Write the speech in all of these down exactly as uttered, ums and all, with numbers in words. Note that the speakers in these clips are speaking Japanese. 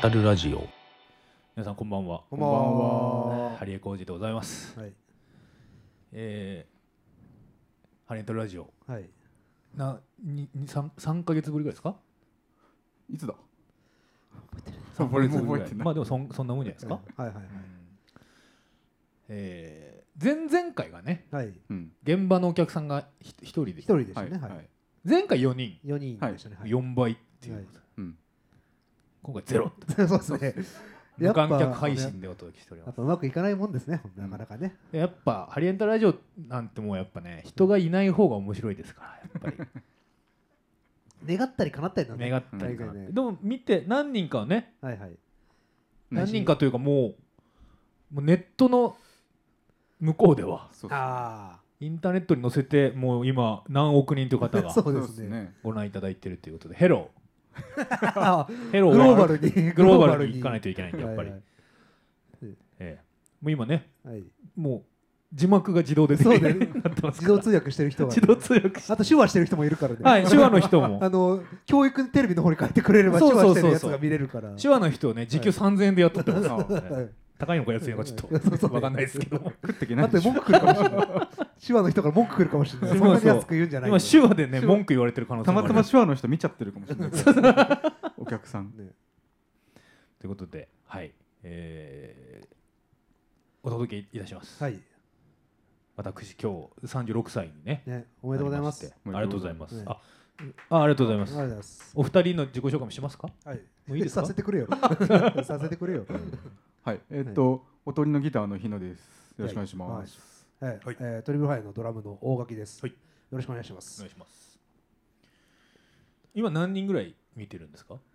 語るラジオ。 皆さんこんばんは。 こんばんは。 ハリエコージでございます。 はい。 えー、ハリエントラジオはい。 なににさんさんかげつぶりぐらいですか？ いつだ？ さんかげつぶりぐらい。 覚えてない。 まあでもそんそんなもんじゃないですか？ はいはいはい。 えー、前々回がね、 はい。 うん。 現場のお客さんがひ一人で一人でしたはいね。はい。 はい。 前回よにん、 四人でしたね。はい。 よんばいっていうことで、 うん。 今回ゼロそうですね。 無観客配信でお届けしております。 やっぱうまくいかないもんですね。なかなかね。 やっぱハリエントラジオなんてもうやっぱね、人がいない方が面白いですから、やっぱり願ったり叶ったりなんだね。 願ったりかなって。 大概ねでも見て何人かはね、 はいはい。 何人かというかもうもうネットの向こうではそうあインターネットに載せてもう今何億人という方あ。 がそうですね。 ね。 ご覧いただいているということで、ヘロあーヘローグローはバルにグローバルに行かないといけないんで、やっぱり、 はいええもう今ね、 はいはい。 もう字幕が自動で出そうねてくるようになってますから自動通訳してる人が。 自動通訳しあと手話してる人もいるからね。 はい手話の人もあの教育テレビの方に書いてくれれば手そうそうそうそう話してるやつが見れるから。 手話の人をね時給さんぜんえんでやっとってます、 あはい高いのか安いのかちょっそうそうと分かんないですけど食ってけないあと文句来るかもしれない。手話の人から文句来るかもしれない。そんなに安く言うんじゃないよ今手話でね文句言われてる可能性たまたもありまます手話の人見ちゃってるかもしれないからお客さん。 ねということで、はいえーお届けいたします、 はい。 私今日さんじゅうろくさいにねね、おめでとうございます。 なりましてありがとうございます、 ねああありがとうございますありがとうございます。 お二人の自己紹介もしますか？ はい。 もういいですかさせてくれよ。させてくれよ。 はい。えっとおとりのギターの日野です。よろしくお願いします。 はい。 はいえートリプルファイのドラムの大垣です。 はいよろしくお願いしまおす願い。します。今何人ぐらい見てるんですか？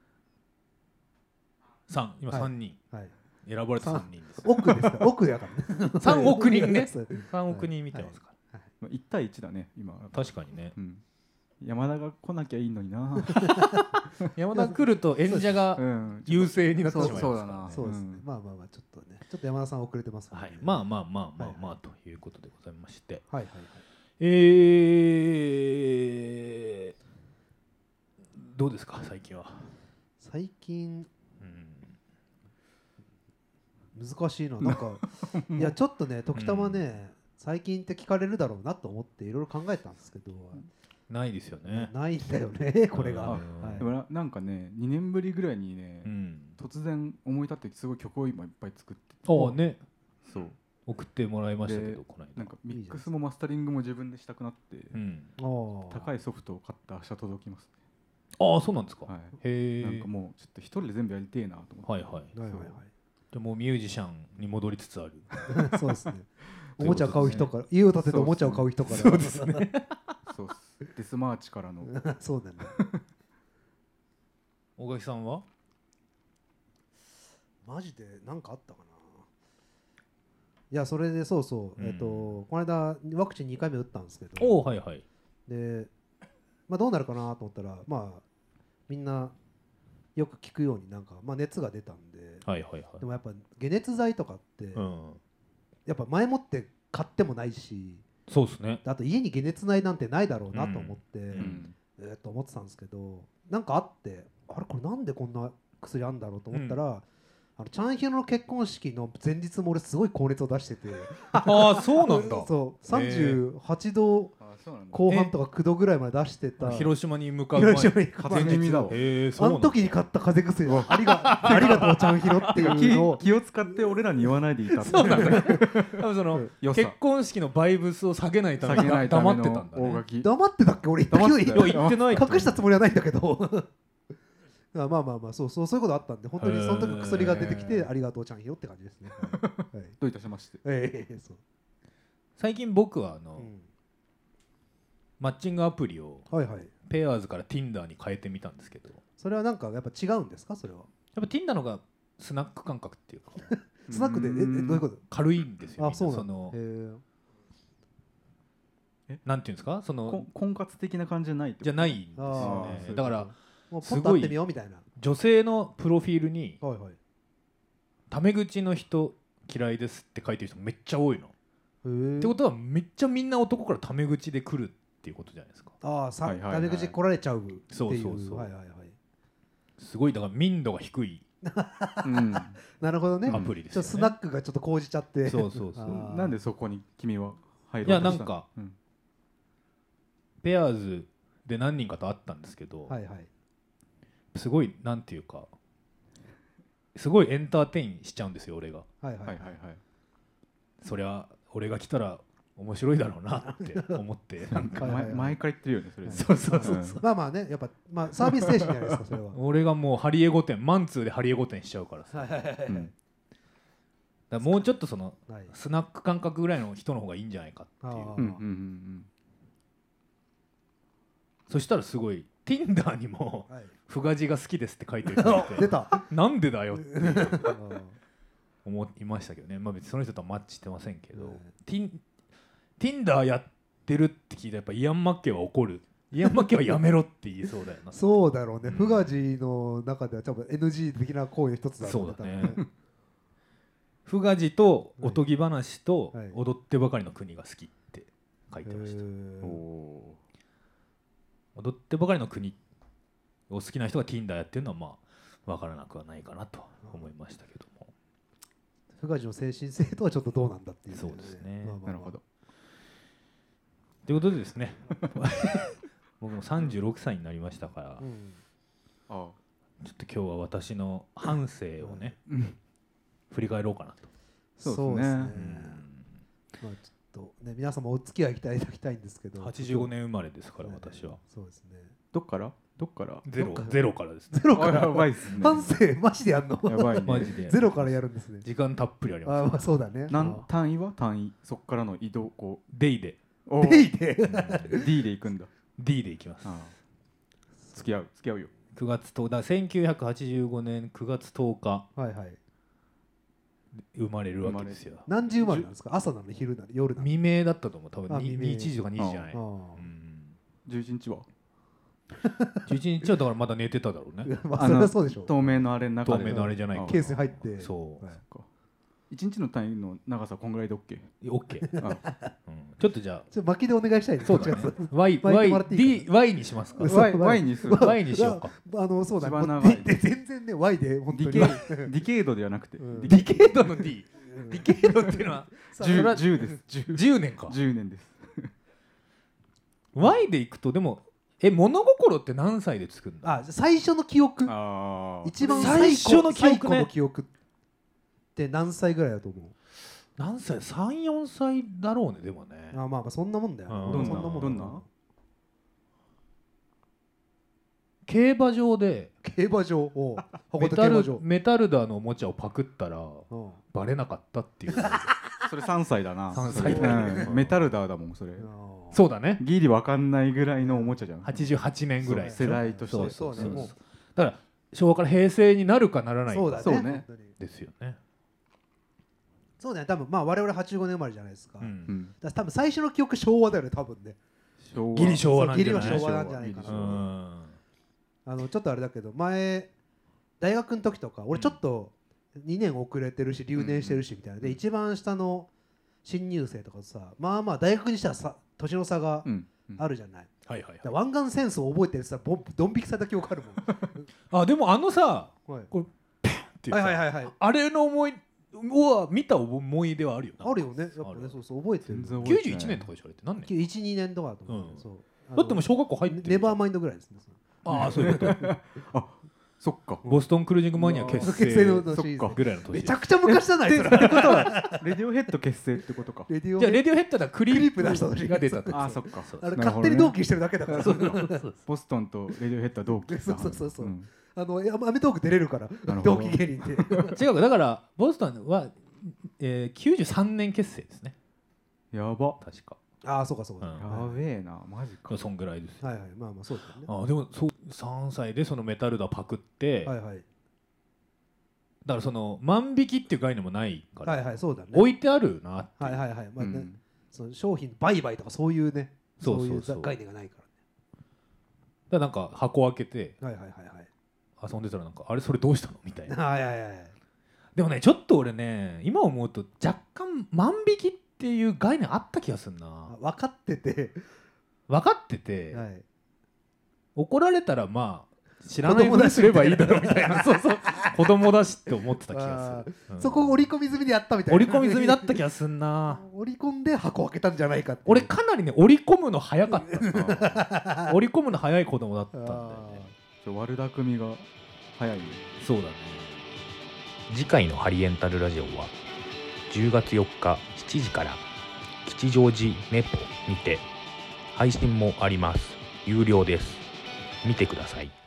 さん今はいさんにん、 はい。 選ばれたさんにんです奥ですか。奥だからね。 さんおく人ねそうさんおく人見てますかまあ一対一だね今。 ら、確かにねうん。山田が来なきゃいいのにな。 山田来ると演者がうん。 優勢になってしまいますそうからだなそうですねう。んまあまあまあちょっとね、ちょっと山田さん遅れてますからね。 はい、まあまあまあまあまあ、 はいということでございまして、 はいはいはい。 えー、どうですか最近は？ 最近うん難しいな。なんかいやちょっとね、時たまね、最近って聞かれるだろうなと思っていろいろ考えたんですけど、 ないですよね。 ないんだよねこれが。 うんはいでもななんかねにねんぶりぐらいにねうん。 突然思い立ってすごい曲を今いっぱい作って。 ああね、 そう。 送ってもらいましたけでど、この間。 なんかミックスもマスタリングも自分でしたくなって。 うん。 高高いソフトを買って明日届きますね。 ああそうなんですか。 はい。 へえ。 なんかもうちょっと一人で全部やりてえなと思って。 はいはい。 はいはいはい。 じゃあもうミュージシャンに戻りつつある。 そうですね。おもちゃ買う人から、家を建てておもちゃを買う人から。 そうですね。 そうっす。デスマーチからの。 そうだね。 大垣さんは？ マジで何かあったかな。いやそれでそうそう、 うんえっとこの間ワクチンにかいめ打ったんですけど、 おおはいはい。 で、まあどうなるかなと思ったら、まあみんなよく聞くようになんかまあ熱が出たんで、 はいはいはい。 でもやっぱ解熱剤とかって、 うん。 やっぱ前もって買ってもないし、 そうですね。 あと家に解熱剤なんてないだろうなと思って、 うん。 えー、と思ってたんですけど、なんかあってあれこれなんでこんな薬あんだろうと思ったら、あのチャンヒロの結婚式の前日も俺すごい高熱を出しててああそうなんだ。 そうさんじゅうはちどあ、そうなんだ。 後半とかきゅうどぐらいまで出してた広島に向かう前。 広島に行く前風邪気味だわ。 へえそうなんだ。 あの時に買った風邪薬ありがありがとうチャンヒロっていうのを気気を使って俺らに言わないでいたってそうなんだ。多分その良さ結婚式のバイブスを下げないため下にげないため黙ってたのんだね。 大垣。 黙ってたっけ俺言った黙ってたよいや言ってないと思う。 隠したつもりはないんだけどまあまあまあまあそうそうそういうことあったんで本当にその時薬が出てきてへーありがとうチャンヒロって感じですね。はいはいどういたしまして。 ええそう最近僕はあの、 うんマッチングアプリをはいはい。 ペアーズから Tinder に変えてみたんですけど、やっそれはなんかやっぱ違うんですかそれは。 ぱ Tinder のがスナック感覚っていうかスナックでええどういうこと。 軽いんですよ。 あそうなんだ。 みんなそのへなんていうんですかそこの婚活的な感じじゃないってこと。 じゃないんですあよーね。だからもうポッと会ってみようみたいな。 女性のプロフィールにはいはい。 タメ口の人嫌いですって書いてる人めっちゃ多いの。 へえ。 ってことはめっちゃみんな男からタメ口で来るっていうことじゃないですか。 ああさはいはいはいタメ口来られちゃうっていう。 そうそうそうはいはいはい。 すごいだから民度が低いうんなるほどね、 アプリですよね。 ちょっとスナックがちょっと講じちゃってそうそうそう。 あーなんでそこに君は入いやろうとしたの？ なんかうんペアーズで何人かと会ったんですけど、 はいはい、 すごいなんていうかすごいエンターテインしちゃうんですよ俺が。 はいはいはいはいはい。 そりゃ俺が来たら面白いだろうなって思ってなんかはいはいはい前前から言ってるよねそれ。 そうそうそうそう、 まあまあね、やっぱ、まあ、サービス精神じゃないですかそれは俺がもうハリエゴ店マンツーでハリエゴ店しちゃうからさ、 はいはいはいはい、 うんだからもうちょっとそのはいスナック感覚ぐらいの人の方がいいんじゃないかっていう。 あーうんうんうんそしたらすごい Tinder にもはいフガジが好きですって書いてる人がいて出たなんでだよってあー思いましたけどね。まあ別にその人とはマッチしてませんけど、 はいティン Tinder やってるって聞いたらやっぱイアン・マッケイは怒る。イアン・マッケイはやめろって言いそうだよな。 そうだろうね、 うんフガジの中では多分 エヌジー 的な行為の一つだろそうだね多分フガジとおとぎ話とはい踊ってばかりの国が好きって書いてました。 へうん。 ーお踊ってばかりの国を好きな人が Tinder やってるのはまあ分からなくはないかなと思いましたけども。 フガジの精神性とはちょっとどうなんだっていう、 そうですねまあまあまあなるほど。 ということでですね僕もさんじゅうろくさいになりましたから、 うんちあょっと今日は私の半生をねうん振り返ろうかなと。 そうですねまあちょっとね皆様お付き合いいただきたいんですけど、 はちじゅうごねん生まれですからはい私は。 そうですね、 どっからどっから？ ゼロどっかゼロからですね。 あやゼロからばいっすね。 反省マジでやんのやばいね。 マジでゼロからやるんですね。 時間たっぷりありあます。 まあそうだね。 なん単位は単位。そっからの移動こデイで、 う。おデイでうん D で行くんだ。 D でいきます。 ああ付き合う付き合うよ。 くがつとおかだせんきゅうひゃくはちじゅうごねんくがつとおかはいはい。 生まれるわけですよ。 何時生まれなんですか？朝なの昼なの夜なの？ 未明だったと思う。多分あ未明にいちじとかにじじゃない。 あうんじゅういちにちはじゅういちにちはだからまだ寝てただろうね。 あまあそれはそうでしょう。 透明のあれの中で。 透明のあれじゃないかあケースに入って。 そうはいそっか一日の単位の長さこんぐらいで OK。 オッケー。 あうんちょっとじゃちょっと巻きでお願いしたいあね。 そうだねこっち。 Y 巻いてもら Y っていい D Y にしますか。 そう Y, Y にする。 Y にしようか。 あのそうだね。 一番もう長いで全然ね Y で本当に。 ディケーディケードではなくて、 うんディケードの D。 うんディケードっていうのはさそれはじゅうですじゅうじゅうねんか。 じゅうねんです。 Y でいくとでもえ物心って何歳でつくんだ。 あ最初の記憶。 あ一番最初の記憶ね最古の記憶って何歳ぐらいだと思う？ 何歳？さん、よんさいだろうねでもね。 あまあまあそんなもんだよ。 うん俺もそんなもんだどんな競馬場で競馬場をメタル函館競馬場。 メタルダーのおもちゃをパクったらうんバレなかったっていう。 それさんさいだな。 さんさいそれだねうんメタルダーだもんそれ。 あそうだね。 ギリわかんないぐらいのおもちゃじゃん。 はちじゅうはちねんぐらい。 そう世代としてそうそうそうう。 そねもうだから昭和から平成になるかならないかそうだね。 そうね本当にですよね。 そうだね。多分まあ我々はちじゅうごねん生まれじゃないですか。 う。 だかうんん。 ら多分最初の記憶昭和だよね多分ね。 昭和ギリ昭和なんじゃない？ ギリは昭和なんじゃないかなうギリ昭和ん。 あのちょっとあれだけど前大学の時とか俺ちょっとにねん遅れてるし留年してるしみたいなで一番下の新入生とかとさまあまあ大学にしたらさ年の差がうんうんあるじゃない。 はいはいだから湾岸戦争を覚えてるさボンドン引きされた記憶あるはい。あでもあのさもん。はいっていうさはいはいはいはい。 あれの思いは見た思い出はあるよな。 あるよね。やっぱあるねそうそう覚えてる全。然きゅうじゅうい覚えてないちねんとかでしょあれって何年？ いち、にねんとかだと思う。 うんそうだってもう小学校入ってるじゃん。 ネバーマインドぐらいですね。 ああそういうこと。 そっか。 ボストンクルージングマニア結結成の成年そっかぐらいの年。 めちゃくちゃ昔じゃないそれ。 ってことはレディオヘッド結成ってことか。 レディオじゃあレディオヘッドだクリークリープ出した時が出た時。 あーそっかそうあれなるほどね勝手に同期してるだけだから。 そうそうそうボストンとレディオヘッドは同期か。 そうそうそうそううんあのアアメトーク出れるからなるほど同期芸人で。 違うかだからボストンは、えー、きゅうじゅうさんねん結成ですねやば。 確か。 ああそうかそうか。 うんはやべえなマジか。 そんぐらいですよ。 いはいまあまあそうだよね。 あーでもそうさんさいでそのメタルダパクって、 はいはいだからその万引きっていう概念もないから、 はいはいそうだね。 置いてあるなっていう。 はいはいはいまあねうんその商品売買とかそういうねそそううそうそういう概念がないかだからなんか箱開けてらね。はいはいはいはい。 遊んでたらなんかあれそれどうしたのみたいな。 はいはいはい。 でもねちょっと俺ね今思うと若干万引きっていう概念あった気がするな。 あ分かってて、 分かってて、 はい、 怒られたらまあ知らないふりすればいいだろうみたいなそうそう子供だしって思ってた気がする、うん、 そこを織り込み済みでやったみたいな織り込み済みだった気がすんな織り込んで箱開けたんじゃないかって俺かなりね織り込むの早かった織り込むの早い子供だったんだよねちょ悪巧みが早いねそうだね。 次回のハリエンタルラジオはじゅうがつよっかしちじから吉祥寺ネポにて配信もあります。有料です。見てください。